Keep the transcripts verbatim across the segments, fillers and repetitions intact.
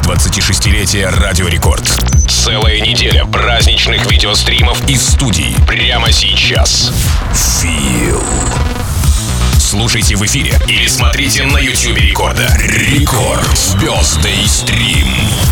двадцатишестилетия Радио Рекорд. Целая неделя праздничных видеостримов из студий. Прямо сейчас. Feel. Слушайте в эфире или смотрите на Ютубе Рекорда. Рекорд. Birthday стрим.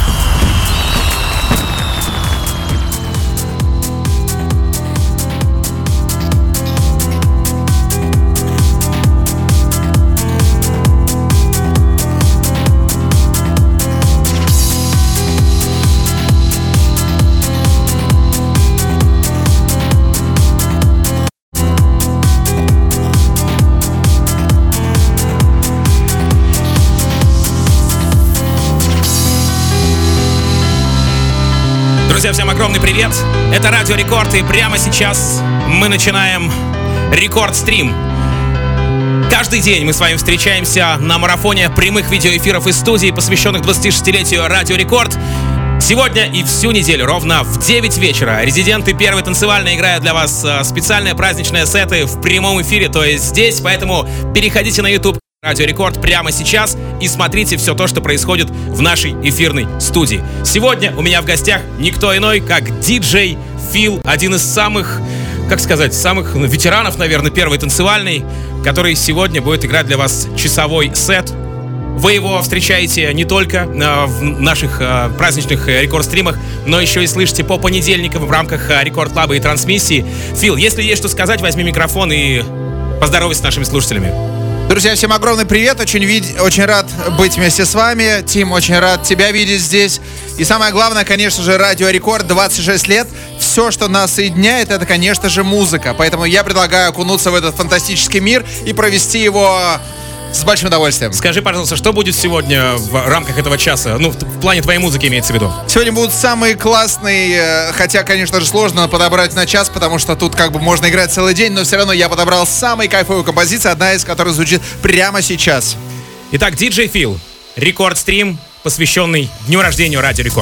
Друзья, всем огромный привет! Это Радио Рекорд, и прямо сейчас мы начинаем рекорд-стрим. Каждый день мы с вами встречаемся на марафоне прямых видеоэфиров из студии, посвященных двадцатишестилетию Радио Рекорд. Сегодня и всю неделю ровно в девять вечера резиденты первой танцевальной играют для вас специальные праздничные сеты в прямом эфире, то есть здесь, поэтому переходите на YouTube Радио Рекорд прямо сейчас и смотрите все то, что происходит в нашей эфирной студии. Сегодня у меня в гостях никто иной, как диджей Feel, один из самых, как сказать, самых ветеранов, наверное, первой танцевальной, который сегодня будет играть для вас часовой сет. Вы его встречаете не только э, в наших э, праздничных э, рекорд-стримах, но еще и слышите по понедельникам в рамках э, рекорд-клаба и трансмиссии. Фил, если есть что сказать, возьми микрофон и поздоровайся с нашими слушателями. Друзья, всем огромный привет, очень, вид... очень рад быть вместе с вами. Тим, очень рад тебя видеть здесь. И самое главное, конечно же, Радио Рекорд, двадцать шесть лет. Все, что нас соединяет, это, конечно же, музыка. Поэтому я предлагаю окунуться в этот фантастический мир и провести его с большим удовольствием. Скажи, пожалуйста, что будет сегодня в рамках этого часа? Ну, в, в плане твоей музыки имеется в виду. Сегодня будут самые классные, хотя, конечно же, сложно подобрать на час, потому что тут как бы можно играть целый день, но все равно я подобрал самые кайфовые композиции, одна из которых звучит прямо сейчас. Итак, диджей Feel, рекорд-стрим, посвященный дню рождения Радио Рекорд.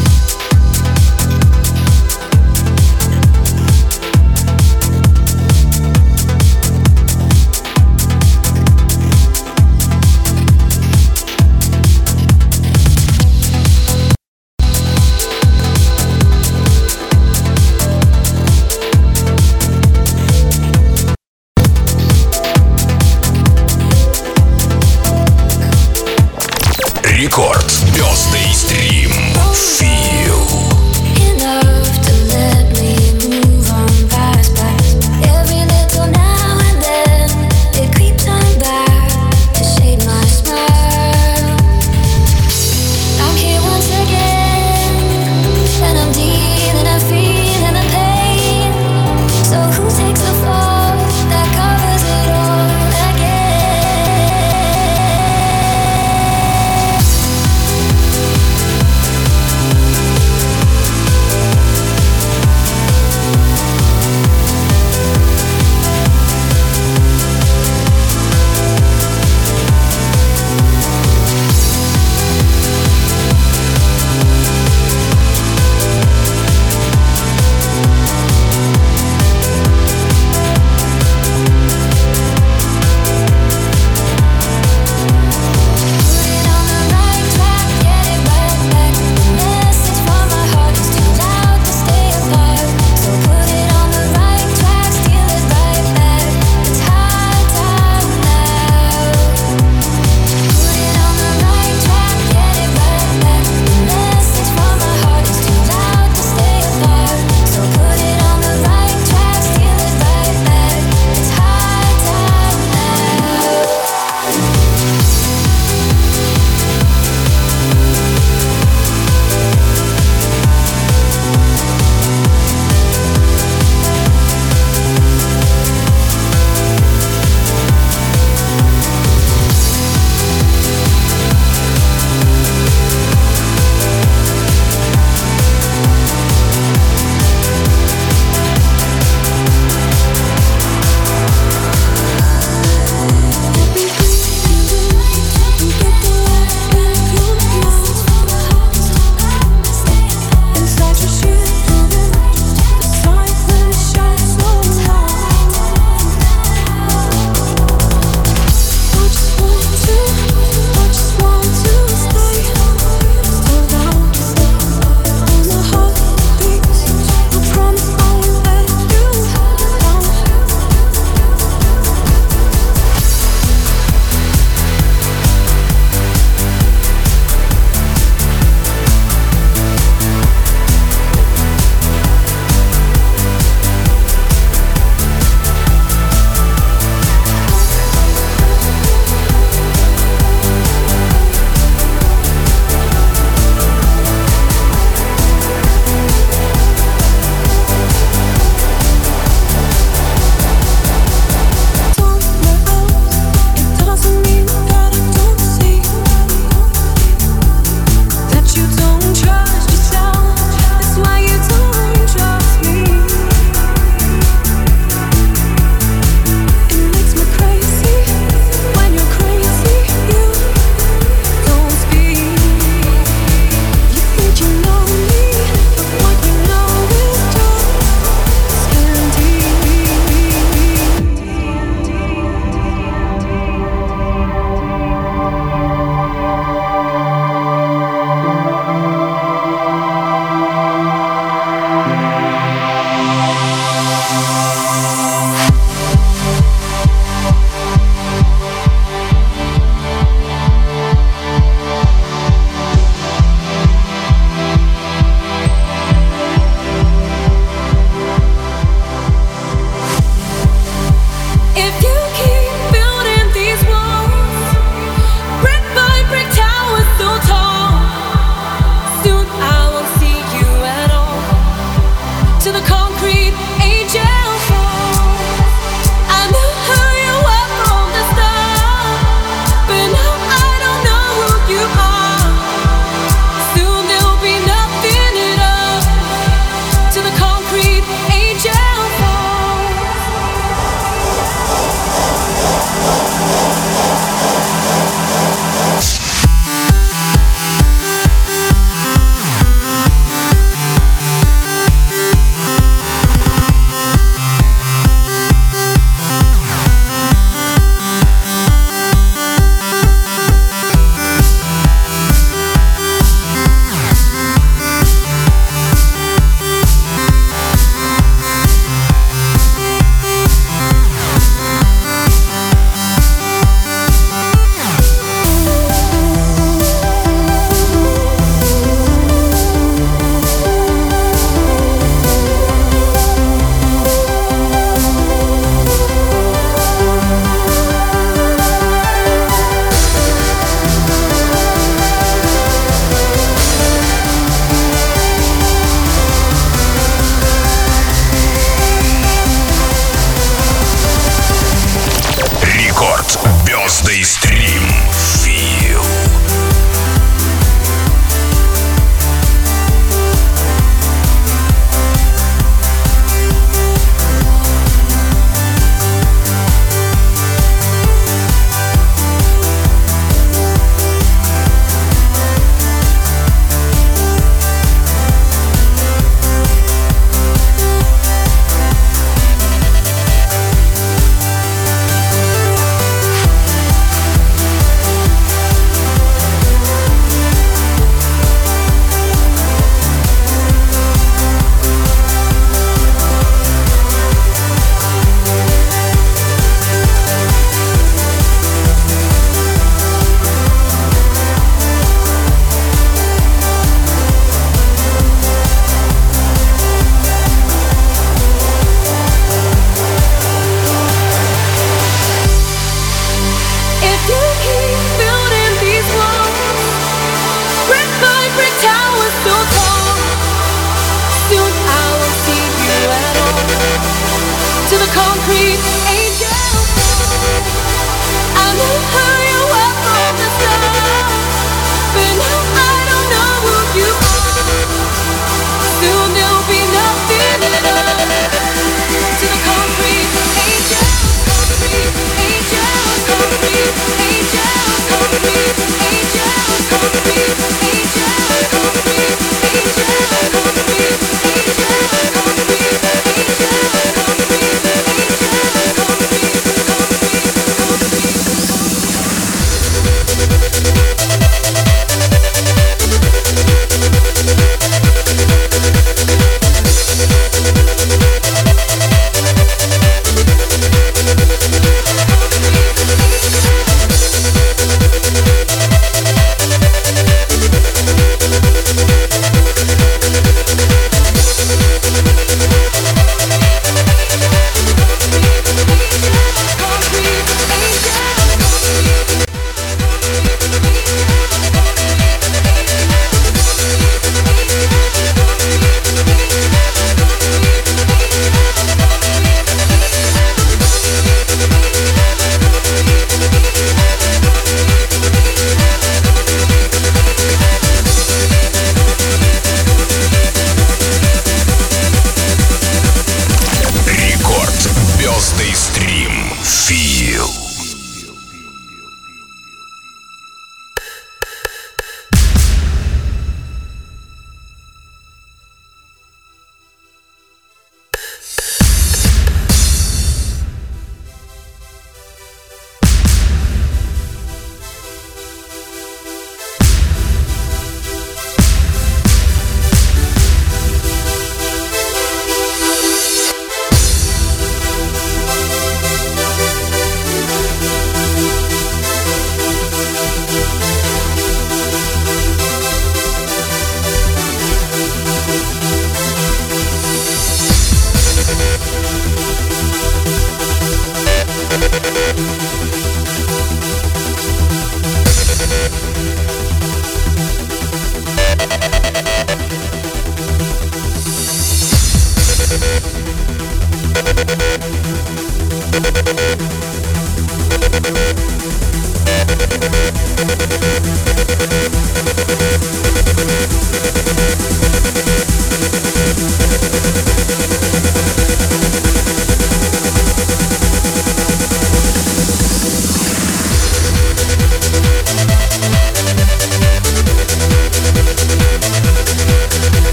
Рекорд. Birthday стрим. Feel.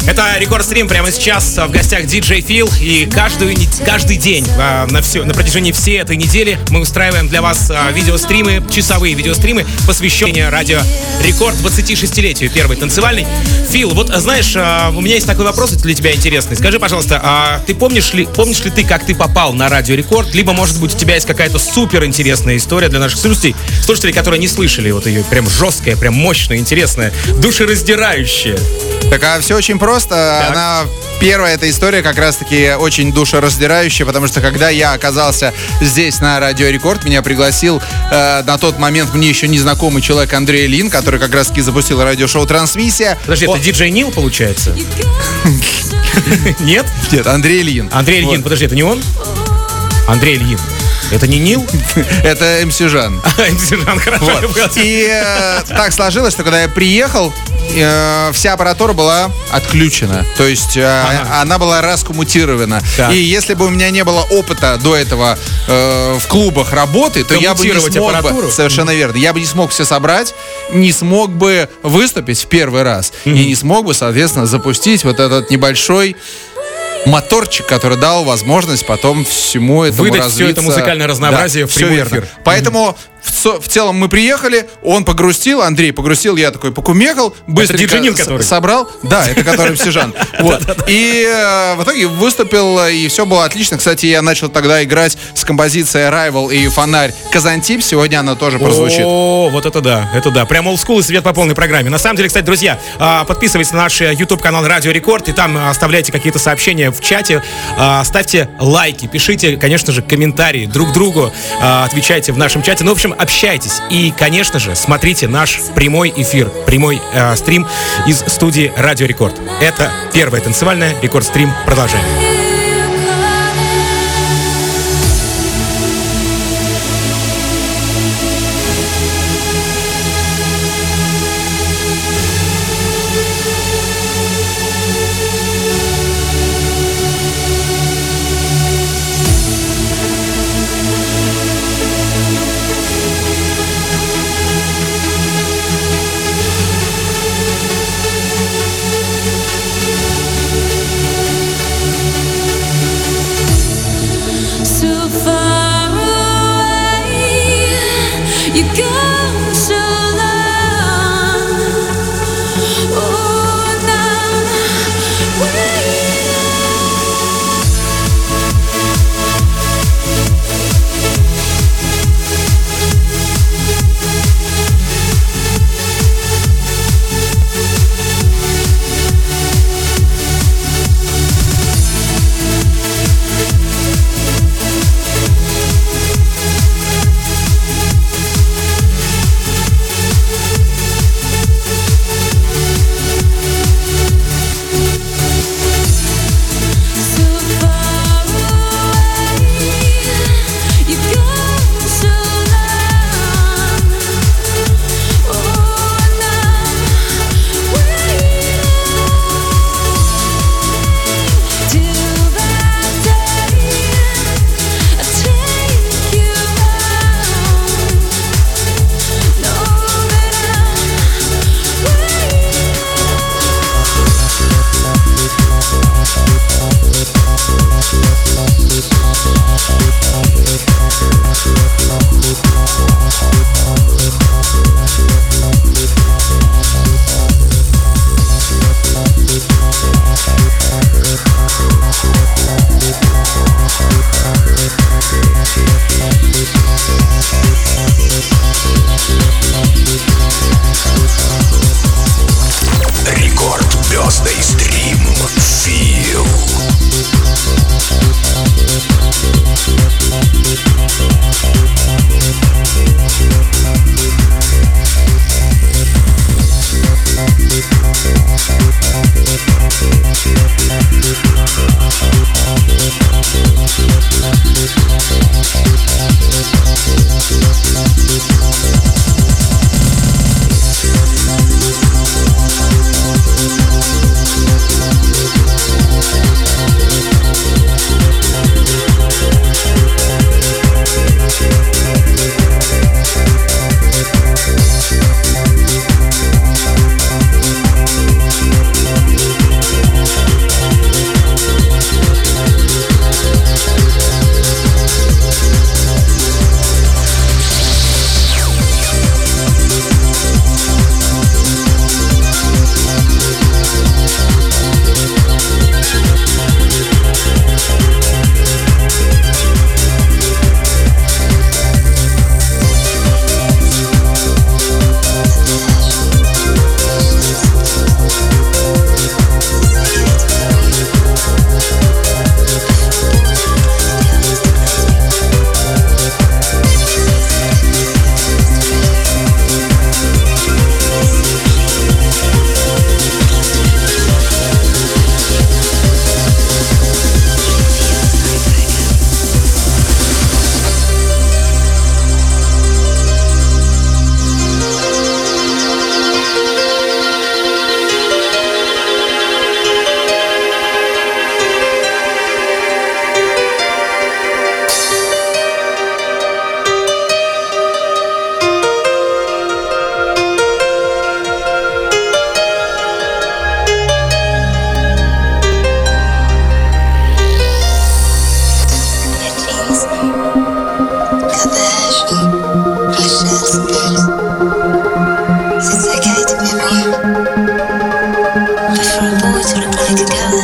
Это Рекорд Стрим. Прямо сейчас в гостях диджей Фил. И каждую, каждый день на, все, на протяжении всей этой недели мы устраиваем для вас видеостримы, часовые видеостримы, посвященные радио Рекорд двадцатишестилетию первой танцевальной. Фил, вот знаешь, у меня есть такой вопрос для тебя интересный. Скажи, пожалуйста, а ты помнишь ли, помнишь ли ты, как ты попал на радио Рекорд? Либо, может быть, у тебя есть какая-то супер интересная история для наших слушателей, слушателей, которые не слышали вот ее, прям жесткая, прям мощная, интересная, душераздирающая. Так, а все очень просто. Так. Она первая эта история как раз-таки очень душераздирающая, потому что когда я оказался здесь на Радио Рекорд, меня пригласил э, на тот момент мне еще незнакомый человек Андрей Лин, который как раз-таки запустил радиошоу «Трансмиссия». Подожди, О... это диджей Нил, получается? Нет? Нет, Андрей Ильин. Андрей Ильин, подожди, это не он? Андрей Ильин. Это не Нил? Это эм си Жан. эм си Жан, хорошо. Вот. И э, так сложилось, что когда я приехал, э, вся аппаратура была отключена. То есть э, ага. она была раскоммутирована. Так. И если бы у меня не было опыта до этого э, в клубах работы, то я бы не смог бы, совершенно mm-hmm. верно, я бы не смог все собрать, не смог бы выступить в первый раз. Mm-hmm. И не смог бы, соответственно, запустить вот этот небольшой моторчик, который дал возможность потом всему этому выдать развиться. Все это музыкальное разнообразие, да, в прямой эфир. Поэтому в, в целом мы приехали, он погрустил, Андрей погрустил, я такой покумекал, быстренько с- собрал. Да, это который эм си Жан. Вот. И э, в итоге выступил, и все было отлично. Кстати, я начал тогда играть с композицией Arrival и Фонарь Казантип. Сегодня она тоже прозвучит. О, вот это да, это да. Прям олдскул и свет по полной программе. На самом деле, кстати, друзья, подписывайтесь на наш YouTube-канал Радио Рекорд, и там оставляйте какие-то сообщения в чате, ставьте лайки, пишите, конечно же, комментарии друг другу, отвечайте в нашем чате. Ну, в общем, общайтесь. И, конечно же, смотрите наш прямой эфир, прямой э, стрим из студии Радио Рекорд. Это первая танцевальная Рекорд-стрим. Продолжаем.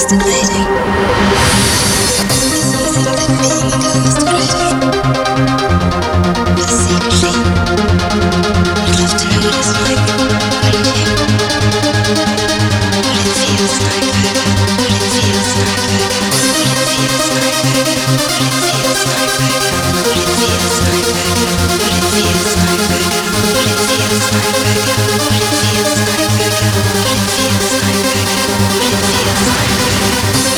What it feels like, what it feels like, what it feels like.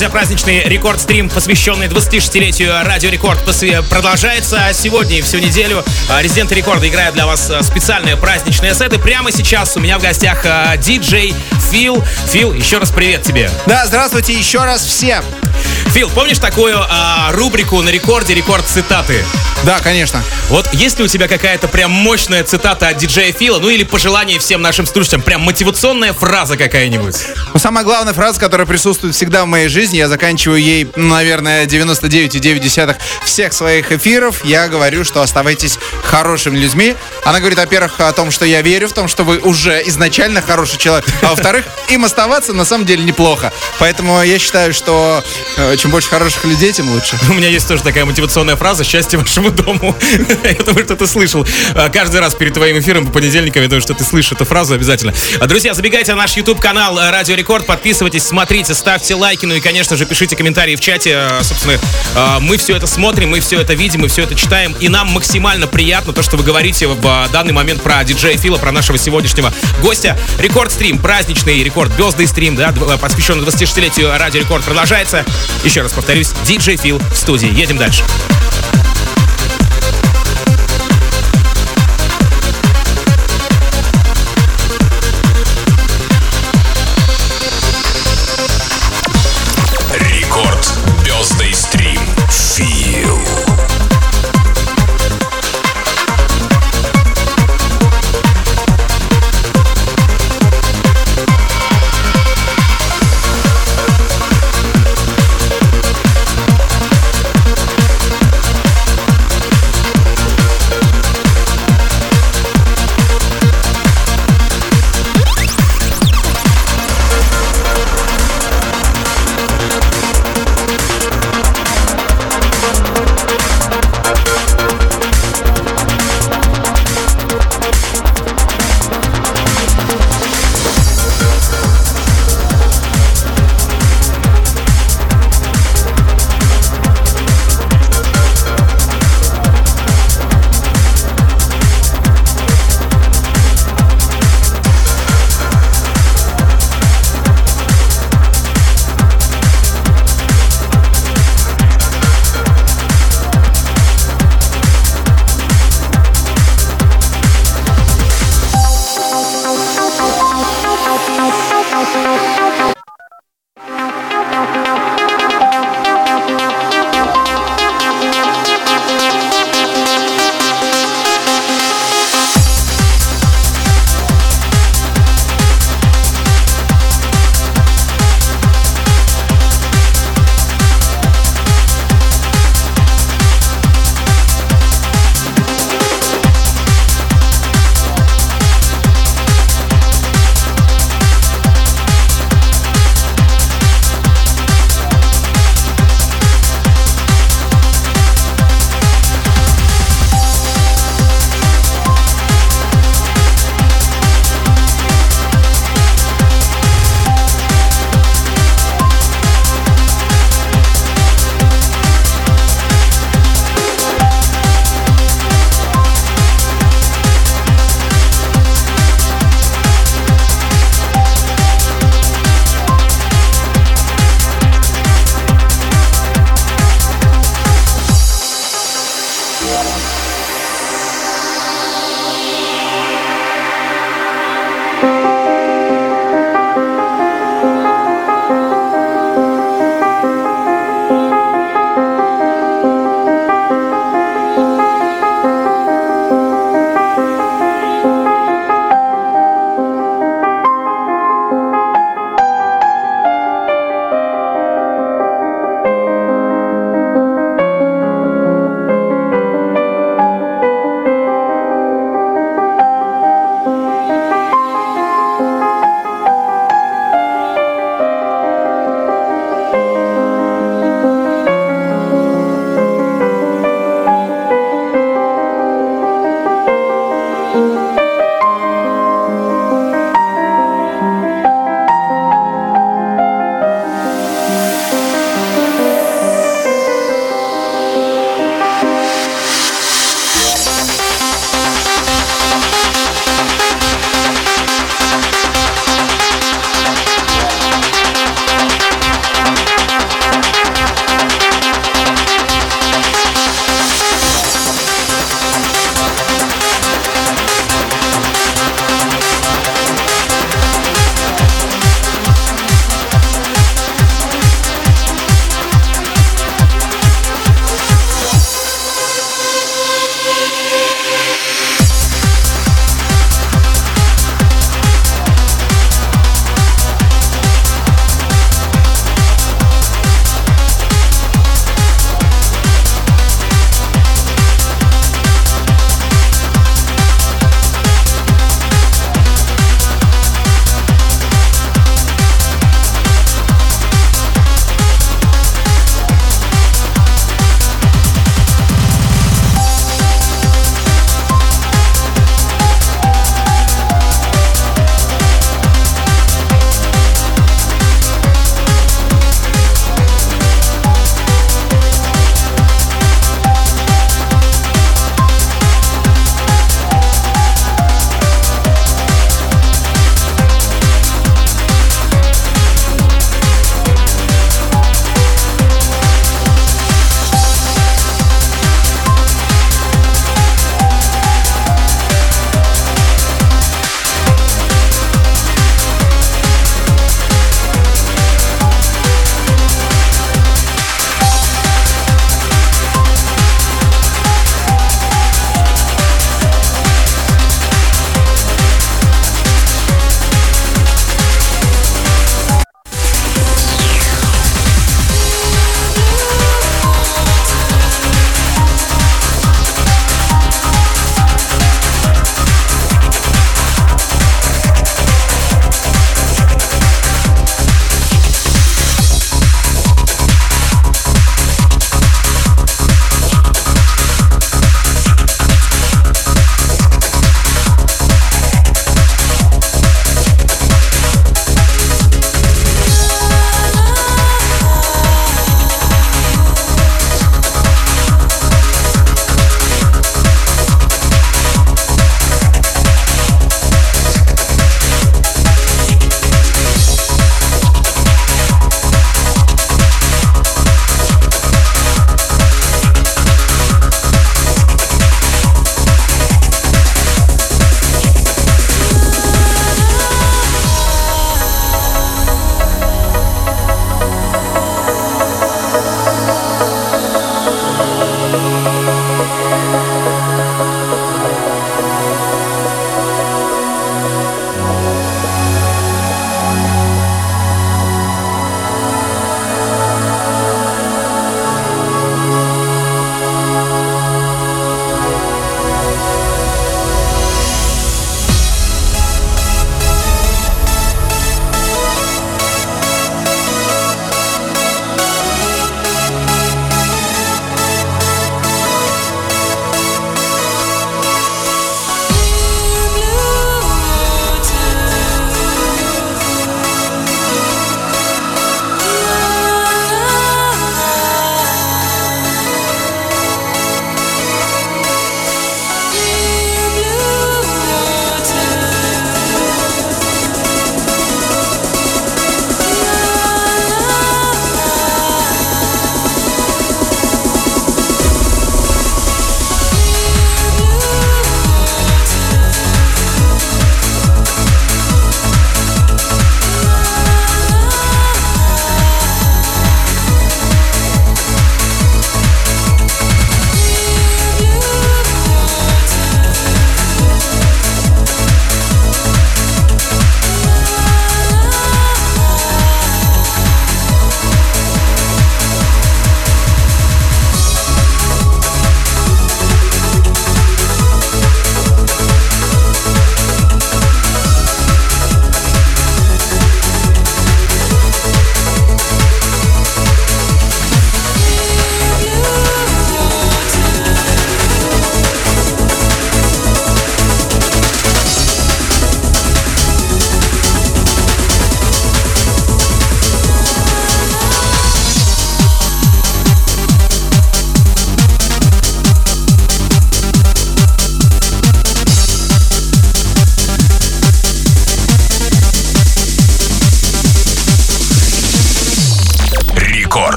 друзья, праздничный рекорд-стрим, посвященный двадцатишестилетию Радио Рекорд, продолжается. Сегодня и всю неделю резиденты рекорда играют для вас специальные праздничные сеты. Прямо сейчас у меня в гостях диджей Фил. Фил, еще раз привет тебе. Да, здравствуйте еще раз всем. Фил, помнишь такую а, рубрику на рекорде «Рекорд-цитаты»? Да, конечно. Вот есть ли у тебя какая-то прям мощная цитата от диджея Фила, ну или пожелание всем нашим слушателям, прям мотивационная фраза какая-нибудь? Ну, самая главная фраза, которая присутствует всегда в моей жизни, я заканчиваю ей, ну, наверное, девяносто девять целых девять десятых всех своих эфиров. Я говорю, что оставайтесь хорошими людьми. Она говорит, во-первых, о том, что я верю в том, что вы уже изначально хороший человек, а во-вторых, им оставаться на самом деле неплохо. Поэтому я считаю, что э, чем больше хороших людей, тем лучше. У меня есть тоже такая мотивационная фраза «Счастье вашему дому». Я думаю, что ты слышал каждый раз перед твоим эфиром по понедельникам. Я думаю, что ты слышишь эту фразу обязательно. Друзья, забегайте на наш YouTube-канал Радио Рекорд, подписывайтесь, смотрите, ставьте лайки, ну и, конечно же, пишите комментарии в чате. Собственно, мы все это смотрим, мы все это видим, мы все это читаем, и нам максимально приятно то, что вы говорите в данный момент про диджея Фила, про нашего сегодняшнего гостя. Рекорд-стрим, праздничный рекорд, Birthday стрим, да, посвященный двадцатишестилетию Радио Рекорд, продолжается. Еще раз повторюсь, диджей Фил в студии. Едем дальше. Рекорд Birthday стрим. Фил.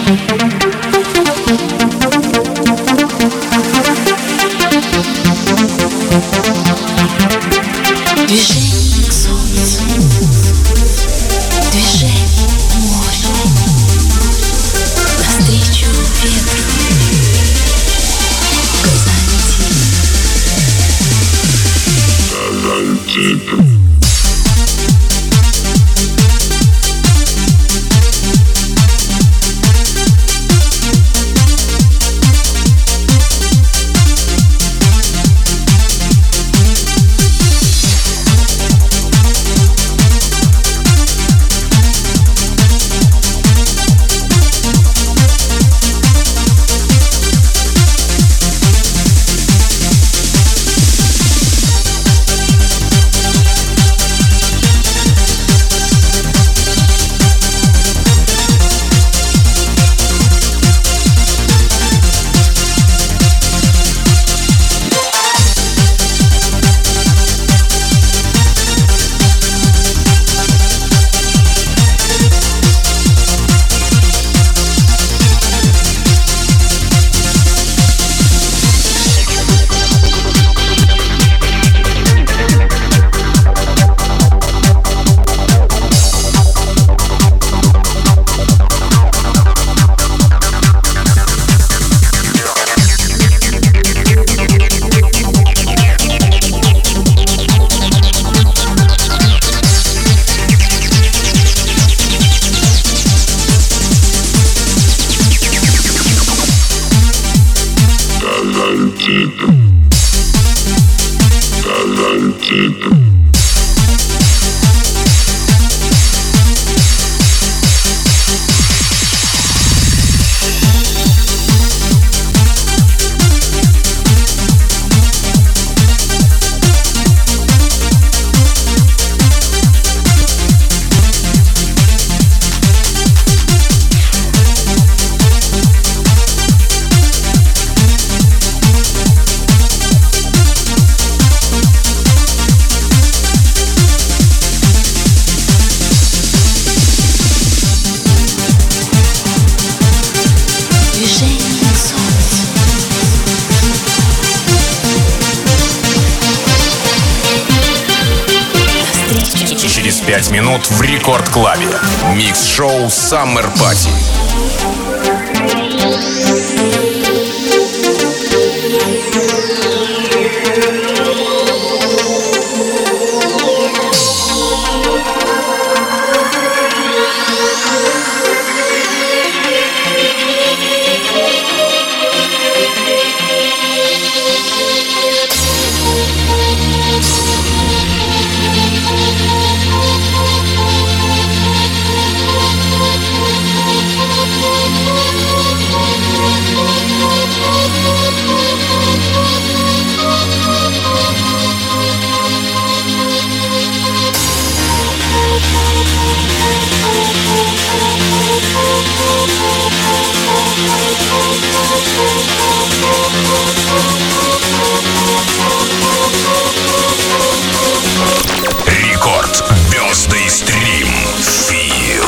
Движение к солнцу, движение к морю, навстречу ветру, Казантип. пять минут в Рекорд Клабе. Микс-шоу Summer Party. Рекорд Birthday Stream Feel.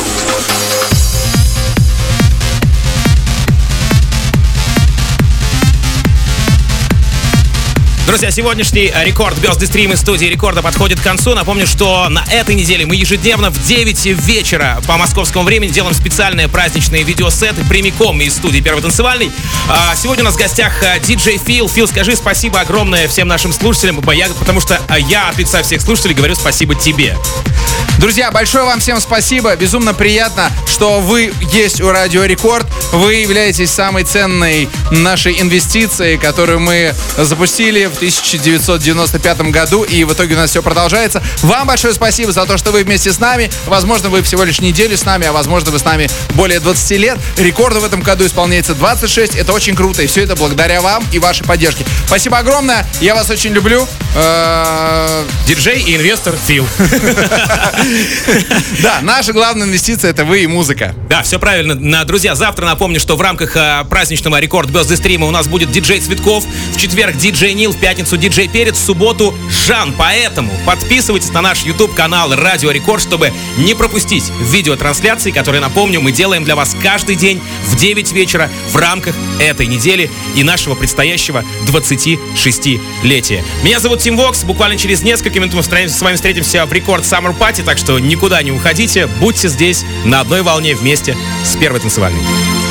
Друзья, сегодняшний рекорд Birthday Stream из студии Рекорда подходит к концу. Напомню, что на этой неделе мы ежедневно в девять вечера по московскому времени делаем специальные праздничные видеосеты прямиком из студии Первой танцевальной. А сегодня у нас в гостях диджей Фил. Фил, скажи спасибо огромное всем нашим слушателям, потому что я от лица всех слушателей говорю спасибо тебе. Друзья, большое вам всем спасибо. Безумно приятно, что вы есть у Радио Рекорд. Вы являетесь самой ценной нашей инвестицией, которую мы запустили в тысяча девятьсот девяносто пятом году, и в итоге у нас все продолжается. Вам большое спасибо за то, что вы вместе с нами. Возможно, вы всего лишь неделю с нами, а возможно, вы с нами более двадцати лет. Рекорду в этом году исполняется двадцать шесть. Это очень круто, и все это благодаря вам и вашей поддержке. Спасибо огромное. Я вас очень люблю. Э, Диджей и инвестор Фил. Да, наша главная инвестиция — это вы и музыка. Да, все правильно. На- Друзья, завтра напомню, что в рамках а, праздничного рекорд Birthday стрима у нас будет диджей Цветков, в четверг диджей Нил, в пятницу диджей Перец, в субботу Жан. Поэтому подписывайтесь на наш YouTube-канал Радио Рекорд, чтобы не пропустить видеотрансляции, которые, напомню, мы делаем для вас каждый день в девять вечера в рамках этой недели и нашего предстоящего двадцатишестилетия. Меня зовут Тим Вокс. Буквально через несколько минут мы с вами встретимся в Рекорд Summer Party, так что никуда не уходите, будьте здесь на одной волне вместе с Первой танцевальной.